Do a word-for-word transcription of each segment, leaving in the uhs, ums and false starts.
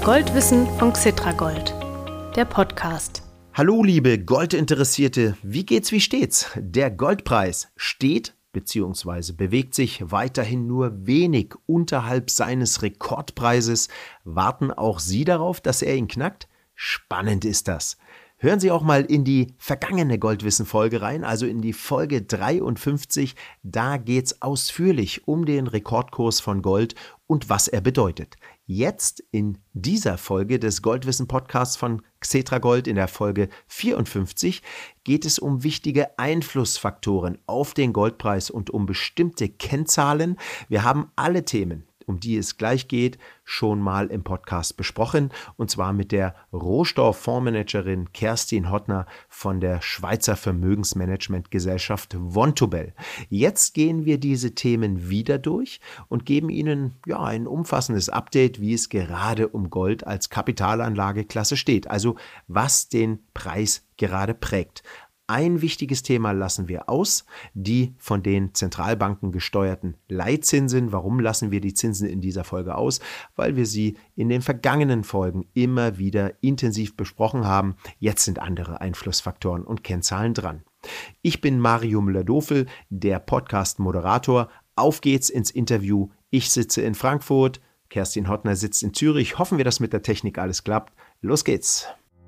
Goldwissen von Xetragold, der Podcast. Hallo liebe Goldinteressierte, wie geht's, wie steht's? Der Goldpreis steht bzw. bewegt sich weiterhin nur wenig unterhalb seines Rekordpreises. Warten auch Sie darauf, dass er ihn knackt? Spannend ist das. Hören Sie auch mal in die vergangene Goldwissen-Folge rein, also in die Folge dreiundfünfzig. Da geht's ausführlich um den Rekordkurs von Gold und was er bedeutet. Jetzt in dieser Folge des Goldwissen-Podcasts von Xetragold, in der Folge vierundfünfzig, geht es um wichtige Einflussfaktoren auf den Goldpreis und um bestimmte Kennzahlen. Wir haben alle Themen, um die es gleich geht, schon mal im Podcast besprochen, und zwar mit der Rohstofffondsmanagerin Kerstin Hottner von der Schweizer Vermögensmanagementgesellschaft Vontobel. Jetzt gehen wir diese Themen wieder durch und geben Ihnen ja ein umfassendes Update, wie es gerade um Gold als Kapitalanlageklasse steht, also was den Preis gerade prägt. Ein wichtiges Thema lassen wir aus, die von den Zentralbanken gesteuerten Leitzinsen. Warum lassen wir die Zinsen in dieser Folge aus? Weil wir sie in den vergangenen Folgen immer wieder intensiv besprochen haben. Jetzt sind andere Einflussfaktoren und Kennzahlen dran. Ich bin Mario Müller-Dofel, der Podcast-Moderator. Auf geht's ins Interview. Ich sitze in Frankfurt, Kerstin Hottner sitzt in Zürich. Hoffen wir, dass mit der Technik alles klappt. Los geht's!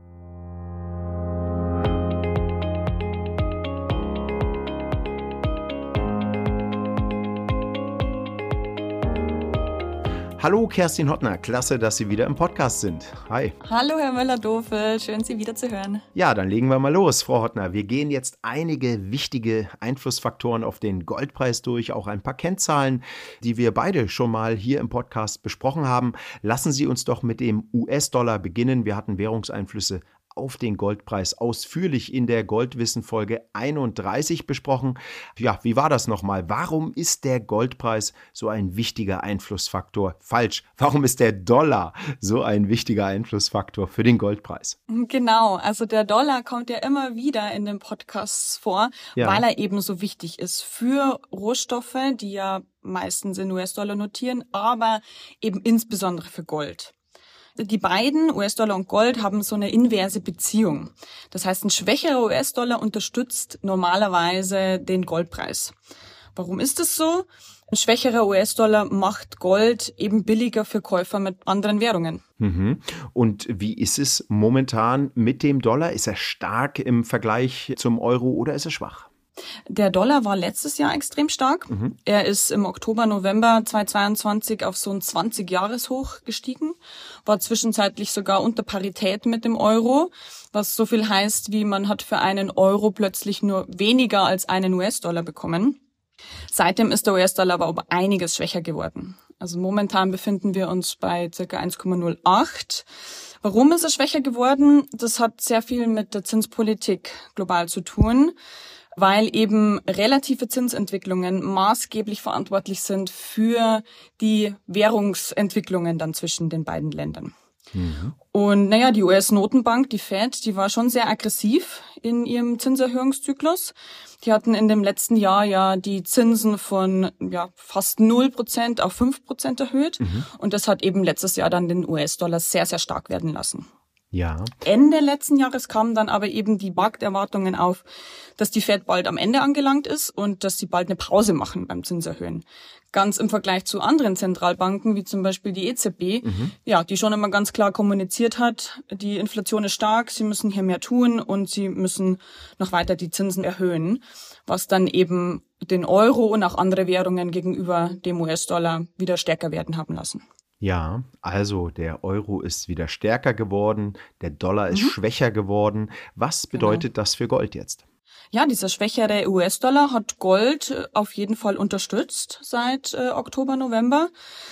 Hallo Kerstin Hottner, klasse, dass Sie wieder im Podcast sind. Hi. Hallo Herr Müller-Dofel, schön Sie wieder zu hören. Ja, dann legen wir mal los, Frau Hottner. Wir gehen jetzt einige wichtige Einflussfaktoren auf den Goldpreis durch, auch ein paar Kennzahlen, die wir beide schon mal hier im Podcast besprochen haben. Lassen Sie uns doch mit dem U S-Dollar beginnen. Wir hatten Währungseinflüsse auf den Goldpreis ausführlich in der Goldwissen-Folge einunddreißig besprochen. Ja, wie war das nochmal? Warum ist der Goldpreis so ein wichtiger Einflussfaktor? Falsch. Warum ist der Dollar so ein wichtiger Einflussfaktor für den Goldpreis? Genau, also der Dollar kommt ja immer wieder in den Podcasts vor, ja, weil er eben so wichtig ist für Rohstoffe, die ja meistens in U S-Dollar notieren, aber eben insbesondere für Gold. Die beiden, U S-Dollar und Gold, haben so eine inverse Beziehung. Das heißt, ein schwächerer U S-Dollar unterstützt normalerweise den Goldpreis. Warum ist es so? Ein schwächerer U S-Dollar macht Gold eben billiger für Käufer mit anderen Währungen. Mhm. Und wie ist es momentan mit dem Dollar? Ist er stark im Vergleich zum Euro oder ist er schwach? Der Dollar war letztes Jahr extrem stark. Mhm. Er ist im Oktober, November zweitausendzweiundzwanzig auf so ein zwanzig-Jahres-Hoch gestiegen, war zwischenzeitlich sogar unter Parität mit dem Euro, was so viel heißt, wie man hat für einen Euro plötzlich nur weniger als einen U S-Dollar bekommen. Seitdem ist der U S-Dollar aber um einiges schwächer geworden. Also momentan befinden wir uns bei ca. eins Komma null acht. Warum ist er schwächer geworden? Das hat sehr viel mit der Zinspolitik global zu tun, weil eben relative Zinsentwicklungen maßgeblich verantwortlich sind für die Währungsentwicklungen dann zwischen den beiden Ländern. Mhm. Und naja, die U S-Notenbank, die Fed, die war schon sehr aggressiv in ihrem Zinserhöhungszyklus. Die hatten in dem letzten Jahr ja die Zinsen von ja fast null Prozent auf fünf Prozent erhöht. Mhm. Und das hat eben letztes Jahr dann den U S-Dollar sehr, sehr stark werden lassen. Ja. Ende letzten Jahres kamen dann aber eben die Markterwartungen auf, dass die Fed bald am Ende angelangt ist und dass sie bald eine Pause machen beim Zinserhöhen. Ganz im Vergleich zu anderen Zentralbanken, wie zum Beispiel die E Z B, mhm. ja, die schon immer ganz klar kommuniziert hat, die Inflation ist stark, sie müssen hier mehr tun und sie müssen noch weiter die Zinsen erhöhen, was dann eben den Euro und auch andere Währungen gegenüber dem U S-Dollar wieder stärker werden haben lassen. Ja, also der Euro ist wieder stärker geworden, der Dollar ist mhm. schwächer geworden. Was bedeutet genau. das für Gold jetzt? Ja, dieser schwächere U S-Dollar hat Gold auf jeden Fall unterstützt seit äh, Oktober, November.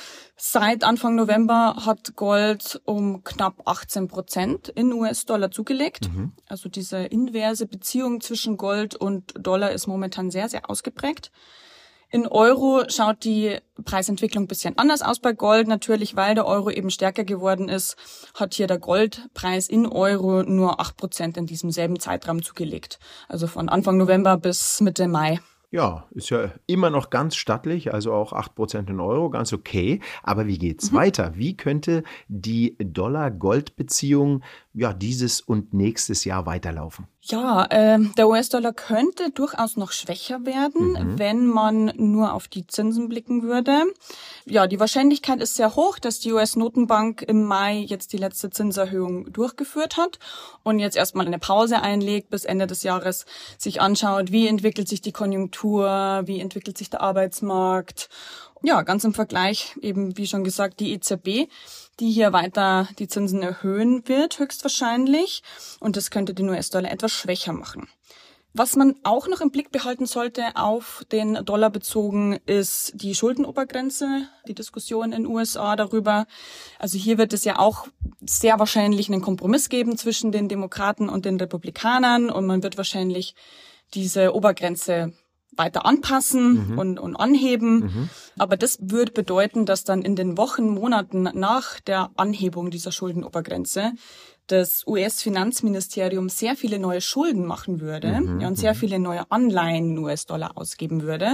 Seit Anfang November hat Gold um knapp achtzehn Prozent in U S-Dollar zugelegt. Mhm. Also diese inverse Beziehung zwischen Gold und Dollar ist momentan sehr, sehr ausgeprägt. In Euro schaut die Preisentwicklung ein bisschen anders aus bei Gold. Natürlich, weil der Euro eben stärker geworden ist, hat hier der Goldpreis in Euro nur acht Prozent in diesem selben Zeitraum zugelegt. Also von Anfang November bis Mitte Mai. Ja, ist ja immer noch ganz stattlich, also auch acht Prozent in Euro, ganz okay. Aber wie geht's Mhm. weiter? Wie könnte die Dollar-Gold-Beziehung ja dieses und nächstes Jahr weiterlaufen? Ja, äh, der U S-Dollar könnte durchaus noch schwächer werden, Mhm. wenn man nur auf die Zinsen blicken würde. Ja, die Wahrscheinlichkeit ist sehr hoch, dass die U S-Notenbank im Mai jetzt die letzte Zinserhöhung durchgeführt hat und jetzt erstmal eine Pause einlegt bis Ende des Jahres, sich anschaut, wie entwickelt sich die Konjunktur, wie entwickelt sich der Arbeitsmarkt. Ja, ganz im Vergleich eben, wie schon gesagt, die E Z B, die hier weiter die Zinsen erhöhen wird, höchstwahrscheinlich. Und das könnte den U S-Dollar etwas schwächer machen. Was man auch noch im Blick behalten sollte auf den Dollar bezogen, ist die Schuldenobergrenze, die Diskussion in den U S A darüber. Also hier wird es ja auch sehr wahrscheinlich einen Kompromiss geben zwischen den Demokraten und den Republikanern und man wird wahrscheinlich diese Obergrenze weiter anpassen Mhm. und, und anheben. Mhm. Aber das würde bedeuten, dass dann in den Wochen, Monaten nach der Anhebung dieser Schuldenobergrenze das U S-Finanzministerium sehr viele neue Schulden machen würde, Mhm. ja, und sehr viele neue Anleihen in U S-Dollar ausgeben würde.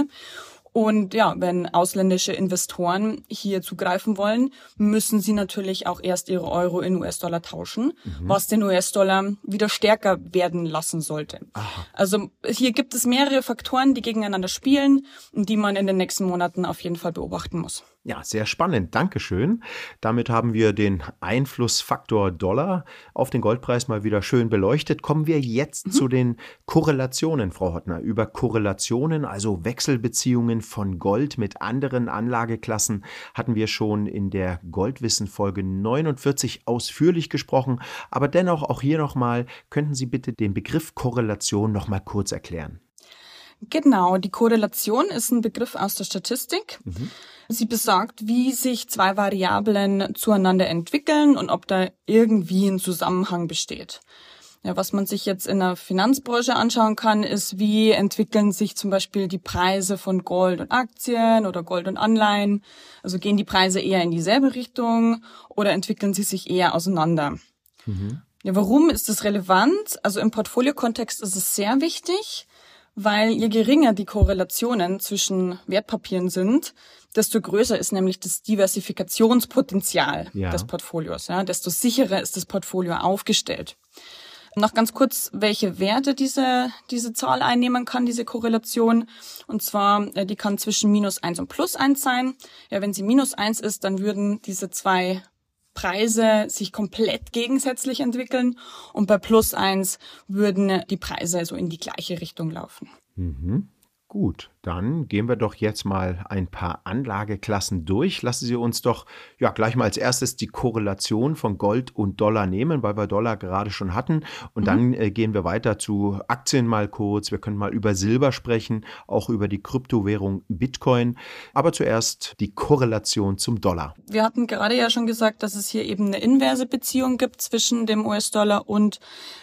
Und ja, wenn ausländische Investoren hier zugreifen wollen, müssen sie natürlich auch erst ihre Euro in U S-Dollar tauschen, Mhm. was den U S-Dollar wieder stärker werden lassen sollte. Aha. Also hier gibt es mehrere Faktoren, die gegeneinander spielen und die man in den nächsten Monaten auf jeden Fall beobachten muss. Ja, sehr spannend. Dankeschön. Damit haben wir den Einflussfaktor Dollar auf den Goldpreis mal wieder schön beleuchtet. Kommen wir jetzt Mhm. zu den Korrelationen, Frau Hottner. Über Korrelationen, also Wechselbeziehungen von Gold mit anderen Anlageklassen, hatten wir schon in der Goldwissen-Folge neunundvierzig ausführlich gesprochen. Aber dennoch auch hier nochmal, könnten Sie bitte den Begriff Korrelation nochmal kurz erklären? Genau, die Korrelation ist ein Begriff aus der Statistik. Mhm. Sie besagt, wie sich zwei Variablen zueinander entwickeln und ob da irgendwie ein Zusammenhang besteht. Ja, was man sich jetzt in der Finanzbranche anschauen kann, ist, wie entwickeln sich zum Beispiel die Preise von Gold und Aktien oder Gold und Anleihen. Also gehen die Preise eher in dieselbe Richtung oder entwickeln sie sich eher auseinander? Mhm. Ja, warum ist das relevant? Also im Portfoliokontext ist es sehr wichtig, weil je geringer die Korrelationen zwischen Wertpapieren sind, desto größer ist nämlich das Diversifikationspotenzial Ja. des Portfolios. Ja, desto sicherer ist das Portfolio aufgestellt. Noch ganz kurz, welche Werte diese diese Zahl einnehmen kann, diese Korrelation. Und zwar, äh, die kann zwischen minus eins und plus eins sein. Ja, wenn sie minus eins ist, dann würden diese zwei Preise sich komplett gegensätzlich entwickeln und bei plus eins würden die Preise so in die gleiche Richtung laufen. Mhm. Gut, dann gehen wir doch jetzt mal ein paar Anlageklassen durch. Lassen Sie uns doch ja gleich mal als erstes die Korrelation von Gold und Dollar nehmen, weil wir Dollar gerade schon hatten. Und Mhm. dann äh, gehen wir weiter zu Aktien mal kurz. Wir können mal über Silber sprechen, auch über die Kryptowährung Bitcoin. Aber zuerst die Korrelation zum Dollar. Wir hatten gerade ja schon gesagt, dass es hier eben eine inverse Beziehung gibt zwischen dem U S-Dollar und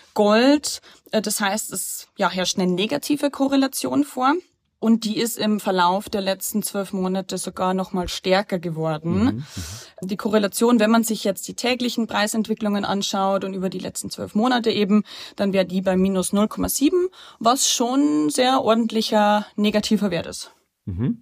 Gold. Äh, Das heißt, es ja, herrscht eine negative Korrelation vor. Und die ist im Verlauf der letzten zwölf Monate sogar noch mal stärker geworden. Mhm. Die Korrelation, wenn man sich jetzt die täglichen Preisentwicklungen anschaut und über die letzten zwölf Monate eben, dann wäre die bei minus null Komma sieben, was schon ein sehr ordentlicher negativer Wert ist. Mhm.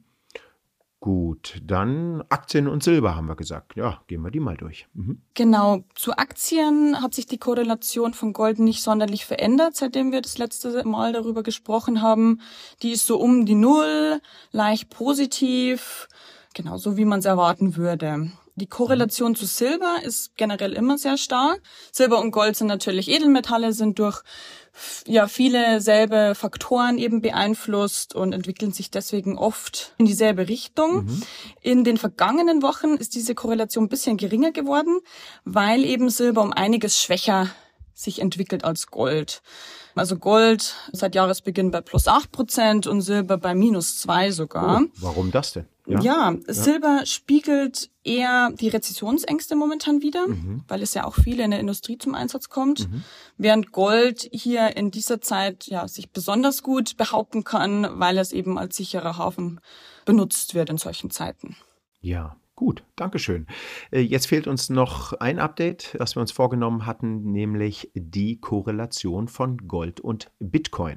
Gut, dann Aktien und Silber haben wir gesagt. Ja, gehen wir die mal durch. Mhm. Genau, zu Aktien hat sich die Korrelation von Gold nicht sonderlich verändert, seitdem wir das letzte Mal darüber gesprochen haben. Die ist so um die Null, leicht positiv, genauso wie man es erwarten würde. Die Korrelation zu Silber ist generell immer sehr stark. Silber und Gold sind natürlich Edelmetalle, sind durch ja viele selbe Faktoren eben beeinflusst und entwickeln sich deswegen oft in dieselbe Richtung. Mhm. In den vergangenen Wochen ist diese Korrelation ein bisschen geringer geworden, weil eben Silber um einiges schwächer sich entwickelt als Gold. Also Gold seit Jahresbeginn bei plus acht Prozent und Silber bei minus zwei sogar. Oh, warum das denn? Ja, ja, Silber spiegelt eher die Rezessionsängste momentan wider, Mhm. weil es ja auch viel in der Industrie zum Einsatz kommt. Mhm. Während Gold hier in dieser Zeit ja sich besonders gut behaupten kann, weil es eben als sicherer Hafen benutzt wird in solchen Zeiten. Ja, gut, Dankeschön. Äh, Jetzt fehlt uns noch ein Update, das wir uns vorgenommen hatten, nämlich die Korrelation von Gold und Bitcoin.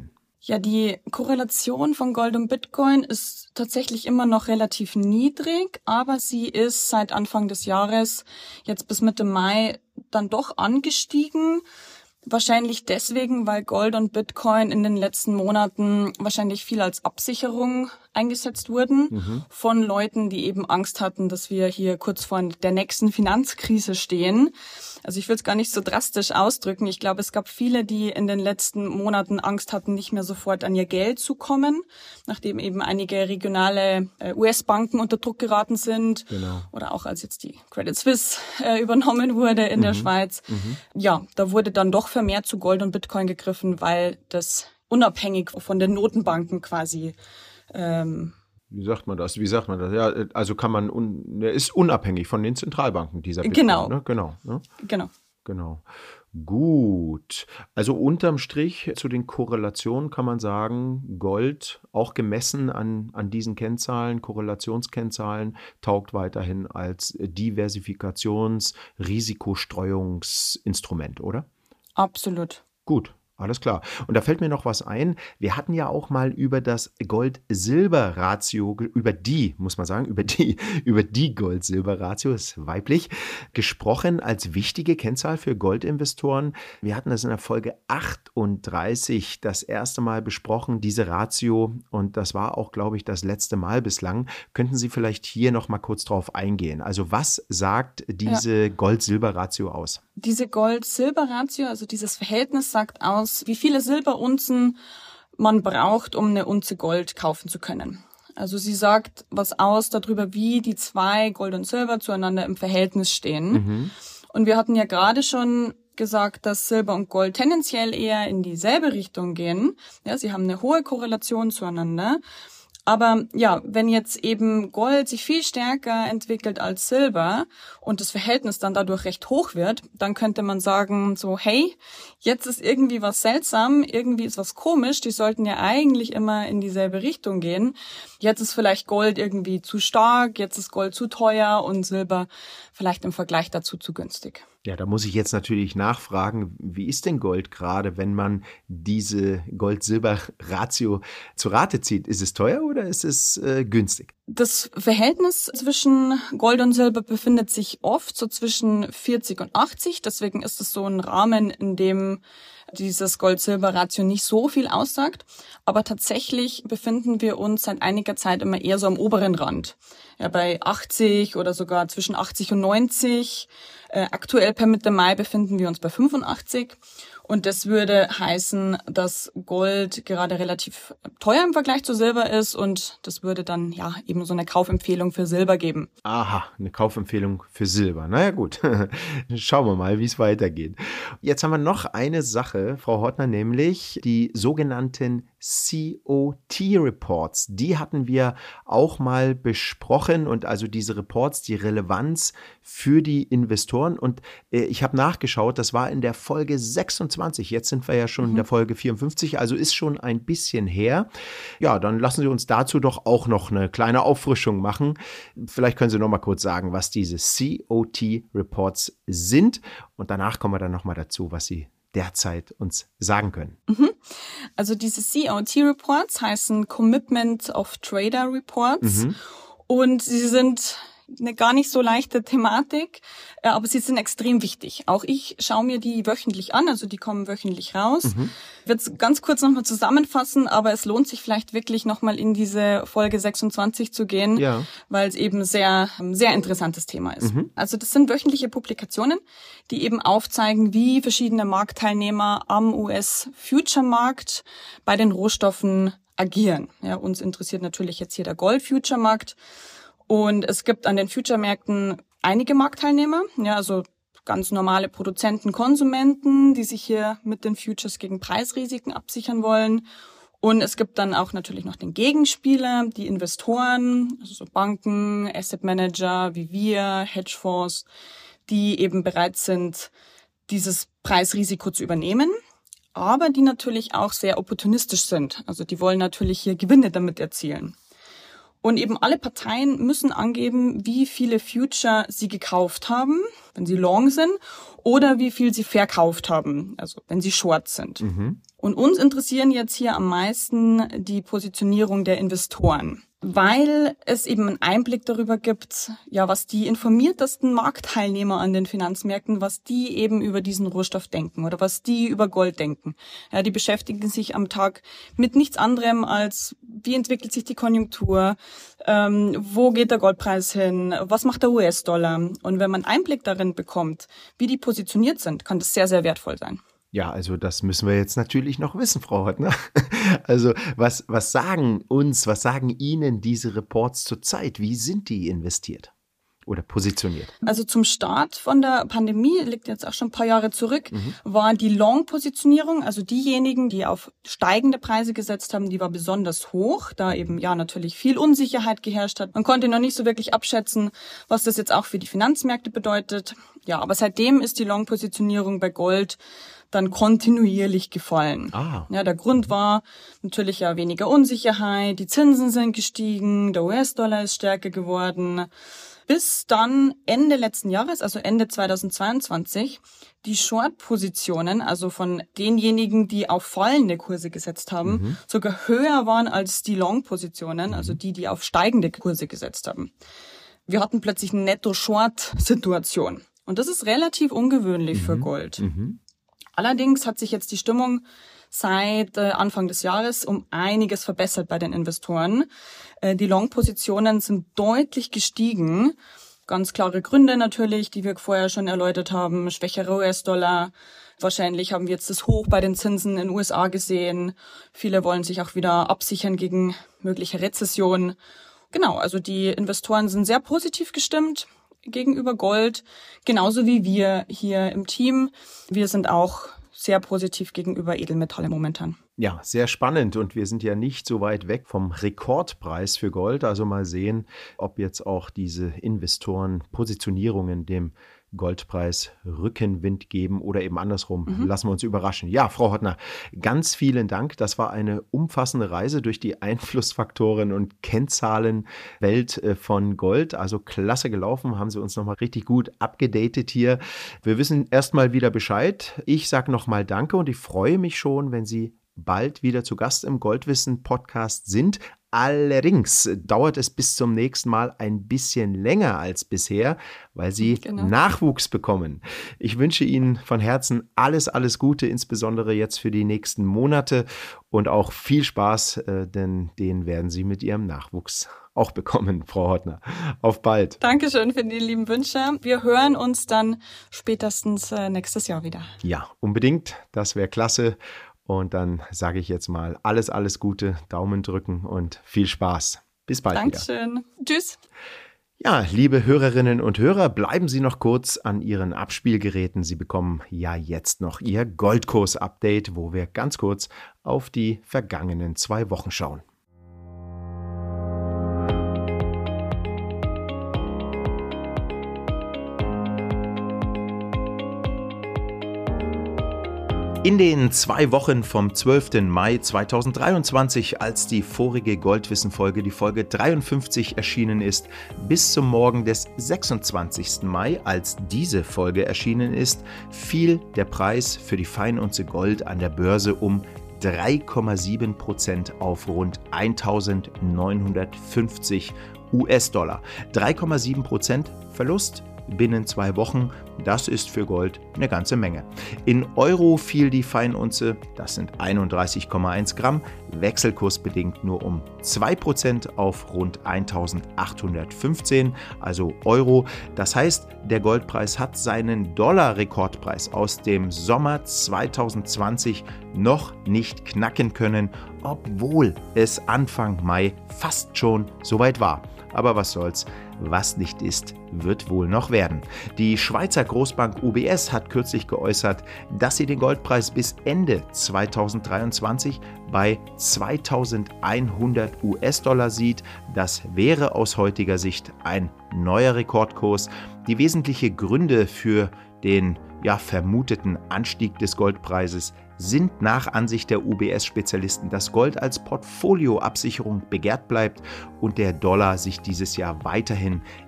Ja, die Korrelation von Gold und Bitcoin ist tatsächlich immer noch relativ niedrig, aber sie ist seit Anfang des Jahres, jetzt bis Mitte Mai, dann doch angestiegen. Wahrscheinlich deswegen, weil Gold und Bitcoin in den letzten Monaten wahrscheinlich viel als Absicherung eingesetzt wurden mhm. von Leuten, die eben Angst hatten, dass wir hier kurz vor der nächsten Finanzkrise stehen. Also ich will es gar nicht so drastisch ausdrücken. Ich glaube, es gab viele, die in den letzten Monaten Angst hatten, nicht mehr sofort an ihr Geld zu kommen, nachdem eben einige regionale äh, U S-Banken unter Druck geraten sind. Genau. Oder auch als jetzt die Credit Suisse äh, übernommen wurde in mhm. der Schweiz. Mhm. Ja, da wurde dann doch vermehrt zu Gold und Bitcoin gegriffen, weil das unabhängig von den Notenbanken quasi ähm, Wie sagt man das? Wie sagt man das? Ja, also kann man, un, er ist unabhängig von den Zentralbanken, dieser Bitcoin. Genau. Ne? Genau. Ne? Genau. Genau. Gut. Also unterm Strich zu den Korrelationen kann man sagen, Gold, auch gemessen an, an diesen Kennzahlen, Korrelationskennzahlen, taugt weiterhin als Diversifikations-, Risikostreuungsinstrument, oder? Absolut. Gut. Alles klar. Und da fällt mir noch was ein. Wir hatten ja auch mal über das Gold-Silber-Ratio, über die, muss man sagen, über die, über die Gold-Silber-Ratio, ist weiblich, gesprochen als wichtige Kennzahl für Goldinvestoren. Wir hatten das in der Folge achtunddreißig das erste Mal besprochen, diese Ratio. Und das war auch, glaube ich, das letzte Mal bislang. Könnten Sie vielleicht hier noch mal kurz drauf eingehen? Also was sagt diese ja. Gold-Silber-Ratio aus? Diese Gold-Silber-Ratio, also dieses Verhältnis sagt aus, wie viele Silberunzen man braucht, um eine Unze Gold kaufen zu können. Also sie sagt was aus darüber, wie die zwei Gold und Silber zueinander im Verhältnis stehen. Mhm. Und wir hatten ja gerade schon gesagt, dass Silber und Gold tendenziell eher in dieselbe Richtung gehen. Ja, sie haben eine hohe Korrelation zueinander. Aber ja, wenn jetzt eben Gold sich viel stärker entwickelt als Silber und das Verhältnis dann dadurch recht hoch wird, dann könnte man sagen so, hey, jetzt ist irgendwie was seltsam, irgendwie ist was komisch, die sollten ja eigentlich immer in dieselbe Richtung gehen. Jetzt ist vielleicht Gold irgendwie zu stark, jetzt ist Gold zu teuer und Silber vielleicht im Vergleich dazu zu günstig. Ja, da muss ich jetzt natürlich nachfragen, wie ist denn Gold gerade, wenn man diese Gold-Silber-Ratio zu Rate zieht? Ist es teuer oder ist es äh, günstig? Das Verhältnis zwischen Gold und Silber befindet sich oft so zwischen vierzig und achtzig. Deswegen ist es so ein Rahmen, in dem dieses Gold-Silber-Ratio nicht so viel aussagt. Aber tatsächlich befinden wir uns seit einiger Zeit immer eher so am oberen Rand. Ja, bei achtzig oder sogar zwischen achtzig und neunzig. Äh, aktuell per Mitte Mai befinden wir uns bei fünfundachtzig. Und das würde heißen, dass Gold gerade relativ teuer im Vergleich zu Silber ist und das würde dann ja eben so eine Kaufempfehlung für Silber geben. Aha, eine Kaufempfehlung für Silber. Naja gut, schauen wir mal, wie es weitergeht. Jetzt haben wir noch eine Sache, Frau Hortner, nämlich die sogenannten C O T-Reports. Die hatten wir auch mal besprochen und also diese Reports, die Relevanz für die Investoren. Und äh, ich habe nachgeschaut, das war in der Folge sechsundzwanzig. Jetzt sind wir ja schon mhm. in der Folge vierundfünfzig, also ist schon ein bisschen her. Ja, dann lassen Sie uns dazu doch auch noch eine kleine Auffrischung machen. Vielleicht können Sie noch mal kurz sagen, was diese C O T-Reports sind. Und danach kommen wir dann noch mal dazu, was Sie derzeit uns sagen können. Also diese C O T-Reports heißen Commitment of Trader Reports mhm. und sie sind eine gar nicht so leichte Thematik, aber sie sind extrem wichtig. Auch ich schaue mir die wöchentlich an, also die kommen wöchentlich raus. Mhm. Ich werde es ganz kurz nochmal zusammenfassen, aber es lohnt sich vielleicht wirklich nochmal in diese Folge sechsundzwanzig zu gehen, ja. weil es eben sehr, sehr interessantes Thema ist. Mhm. Also das sind wöchentliche Publikationen, die eben aufzeigen, wie verschiedene Marktteilnehmer am U S-Future-Markt bei den Rohstoffen agieren. Ja, uns interessiert natürlich jetzt hier der Gold-Future-Markt. Und es gibt an den Future-Märkten einige Marktteilnehmer, ja, also ganz normale Produzenten, Konsumenten, die sich hier mit den Futures gegen Preisrisiken absichern wollen. Und es gibt dann auch natürlich noch den Gegenspieler, die Investoren, also so Banken, Asset Manager wie wir, Hedgefonds, die eben bereit sind, dieses Preisrisiko zu übernehmen, aber die natürlich auch sehr opportunistisch sind. Also die wollen natürlich hier Gewinne damit erzielen. Und eben alle Parteien müssen angeben, wie viele Future sie gekauft haben, wenn sie long sind, oder wie viel sie verkauft haben, also wenn sie short sind. Mhm. Und uns interessieren jetzt hier am meisten die Positionierung der Investoren, weil es eben einen Einblick darüber gibt, ja, was die informiertesten Marktteilnehmer an den Finanzmärkten, was die eben über diesen Rohstoff denken oder was die über Gold denken. Ja, die beschäftigen sich am Tag mit nichts anderem als, wie entwickelt sich die Konjunktur, ähm, wo geht der Goldpreis hin, was macht der U S-Dollar. Und wenn man Einblick darin bekommt, wie die positioniert sind, kann das sehr, sehr wertvoll sein. Ja, also das müssen wir jetzt natürlich noch wissen, Frau Hortner. Also was, was sagen uns, was sagen Ihnen diese Reports zurzeit? Wie sind die investiert oder positioniert? Also zum Start von der Pandemie, liegt jetzt auch schon ein paar Jahre zurück, mhm. war die Long-Positionierung, also diejenigen, die auf steigende Preise gesetzt haben, die war besonders hoch, da eben ja natürlich viel Unsicherheit geherrscht hat. Man konnte noch nicht so wirklich abschätzen, was das jetzt auch für die Finanzmärkte bedeutet. Ja, aber seitdem ist die Long-Positionierung bei Gold dann kontinuierlich gefallen. Ah. Ja, der Grund war natürlich ja weniger Unsicherheit, die Zinsen sind gestiegen, der U S-Dollar ist stärker geworden, bis dann Ende letzten Jahres, also Ende zweitausendzweiundzwanzig, die Short-Positionen, also von denjenigen, die auf fallende Kurse gesetzt haben, mhm. sogar höher waren als die Long-Positionen, also die, die auf steigende Kurse gesetzt haben. Wir hatten plötzlich eine Netto-Short-Situation. Und das ist relativ ungewöhnlich mhm. für Gold. Mhm. Allerdings hat sich jetzt die Stimmung seit äh, Anfang des Jahres um einiges verbessert bei den Investoren. Äh, die Long-Positionen sind deutlich gestiegen. Ganz klare Gründe natürlich, die wir vorher schon erläutert haben. Schwächere U S-Dollar. Wahrscheinlich haben wir jetzt das Hoch bei den Zinsen in den U S A gesehen. Viele wollen sich auch wieder absichern gegen mögliche Rezession. Genau, also die Investoren sind sehr positiv gestimmt gegenüber Gold, genauso wie wir hier im Team. Wir sind auch sehr positiv gegenüber Edelmetalle momentan. Ja, sehr spannend und wir sind ja nicht so weit weg vom Rekordpreis für Gold. Also mal sehen, ob jetzt auch diese Investoren-Positionierungen dem Goldpreis Rückenwind geben oder eben andersrum. Mhm. Lassen wir uns überraschen. Ja, Frau Hortner, ganz vielen Dank. Das war eine umfassende Reise durch die Einflussfaktoren und Kennzahlenwelt von Gold. Also klasse gelaufen, haben Sie uns nochmal richtig gut abgedatet hier. Wir wissen erstmal wieder Bescheid. Ich sage nochmal Danke und ich freue mich schon, wenn Sie bald wieder zu Gast im Goldwissen-Podcast sind. Allerdings dauert es bis zum nächsten Mal ein bisschen länger als bisher, weil Sie genau. Nachwuchs bekommen. Ich wünsche Ihnen von Herzen alles, alles Gute, insbesondere jetzt für die nächsten Monate und auch viel Spaß, äh, denn den werden Sie mit Ihrem Nachwuchs auch bekommen, Frau Hortner. Auf bald. Dankeschön für die lieben Wünsche. Wir hören uns dann spätestens äh, nächstes Jahr wieder. Ja, unbedingt. Das wäre klasse. Und dann sage ich jetzt mal alles, alles Gute, Daumen drücken und viel Spaß. Bis bald Dankeschön. wieder. Tschüss. Ja, liebe Hörerinnen und Hörer, bleiben Sie noch kurz an Ihren Abspielgeräten. Sie bekommen ja jetzt noch Ihr Goldkurs-Update, wo wir ganz kurz auf die vergangenen zwei Wochen schauen. In den zwei Wochen vom zwölften Mai zweitausenddreiundzwanzig, als die vorige Goldwissen-Folge, die Folge dreiundfünfzig, erschienen ist, bis zum Morgen des sechsundzwanzigsten Mai, als diese Folge erschienen ist, fiel der Preis für die Feinunze Gold an der Börse um drei Komma sieben Prozent auf rund eintausendneunhundertfünfzig U S-Dollar. drei Komma sieben Prozent Verlust binnen zwei Wochen, das ist für Gold eine ganze Menge. In Euro fiel die Feinunze, das sind einunddreißig Komma eins Gramm, wechselkursbedingt nur um zwei Prozent auf rund eintausendachthundertfünfzehn, also Euro. Das heißt, der Goldpreis hat seinen Dollar-Rekordpreis aus dem Sommer zweitausendzwanzig noch nicht knacken können, obwohl es Anfang Mai fast schon soweit war. Aber was soll's, was nicht ist, wird wohl noch werden. Die Schweizer Großbank U B S hat kürzlich geäußert, dass sie den Goldpreis bis Ende zweitausenddreiundzwanzig bei zweitausendeinhundert U S-Dollar sieht. Das wäre aus heutiger Sicht ein neuer Rekordkurs. Die wesentlichen Gründe für den ja, vermuteten Anstieg des Goldpreises sind nach Ansicht der U B S-Spezialisten, dass Gold als Portfolioabsicherung begehrt bleibt und der Dollar sich dieses Jahr weiterhin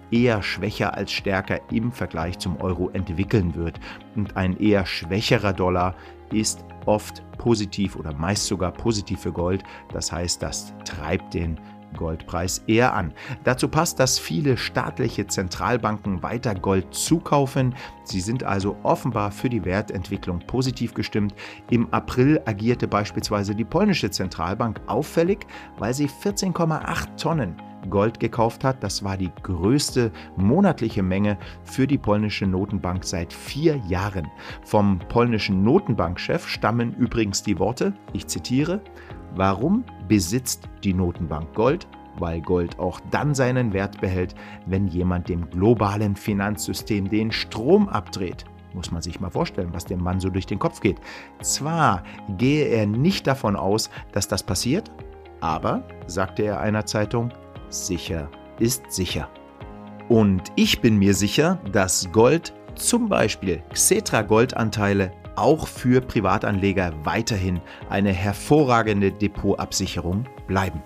eher schwächer als stärker im Vergleich zum Euro entwickeln wird. Und ein eher schwächerer Dollar ist oft positiv oder meist sogar positiv für Gold. Das heißt, das treibt den Goldpreis eher an. Dazu passt, dass viele staatliche Zentralbanken weiter Gold zukaufen. Sie sind also offenbar für die Wertentwicklung positiv gestimmt. Im April agierte beispielsweise die polnische Zentralbank auffällig, weil sie vierzehn Komma acht Tonnen Gold gekauft hat. Das war die größte monatliche Menge für die polnische Notenbank seit vier Jahren. Vom polnischen Notenbankchef stammen übrigens die Worte, ich zitiere: Warum besitzt die Notenbank Gold? Weil Gold auch dann seinen Wert behält, wenn jemand dem globalen Finanzsystem den Strom abdreht. Muss man sich mal vorstellen, was dem Mann so durch den Kopf geht. Zwar gehe er nicht davon aus, dass das passiert, aber, sagte er einer Zeitung, sicher ist sicher. Und ich bin mir sicher, dass Gold, zum Beispiel Xetra Goldanteile, auch für Privatanleger weiterhin eine hervorragende Depotabsicherung bleiben.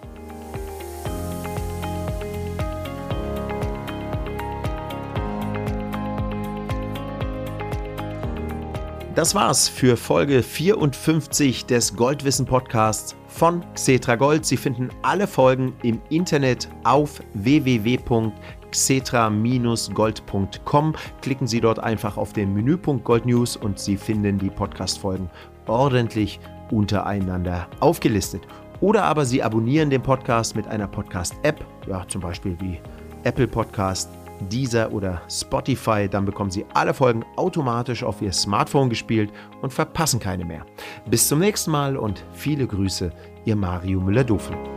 Das war's für Folge vierundfünfzig des Goldwissen Podcasts von Xetra Gold. Sie finden alle Folgen im Internet auf w w w punkt xetra Bindestrich gold punkt com. Klicken Sie dort einfach auf den Menüpunkt Gold News und Sie finden die Podcast-Folgen ordentlich untereinander aufgelistet. Oder aber Sie abonnieren den Podcast mit einer Podcast-App, ja, zum Beispiel wie Apple Podcast, Deezer oder Spotify. Dann bekommen Sie alle Folgen automatisch auf Ihr Smartphone gespielt und verpassen keine mehr. Bis zum nächsten Mal und viele Grüße, Ihr Mario Müller-Dofel.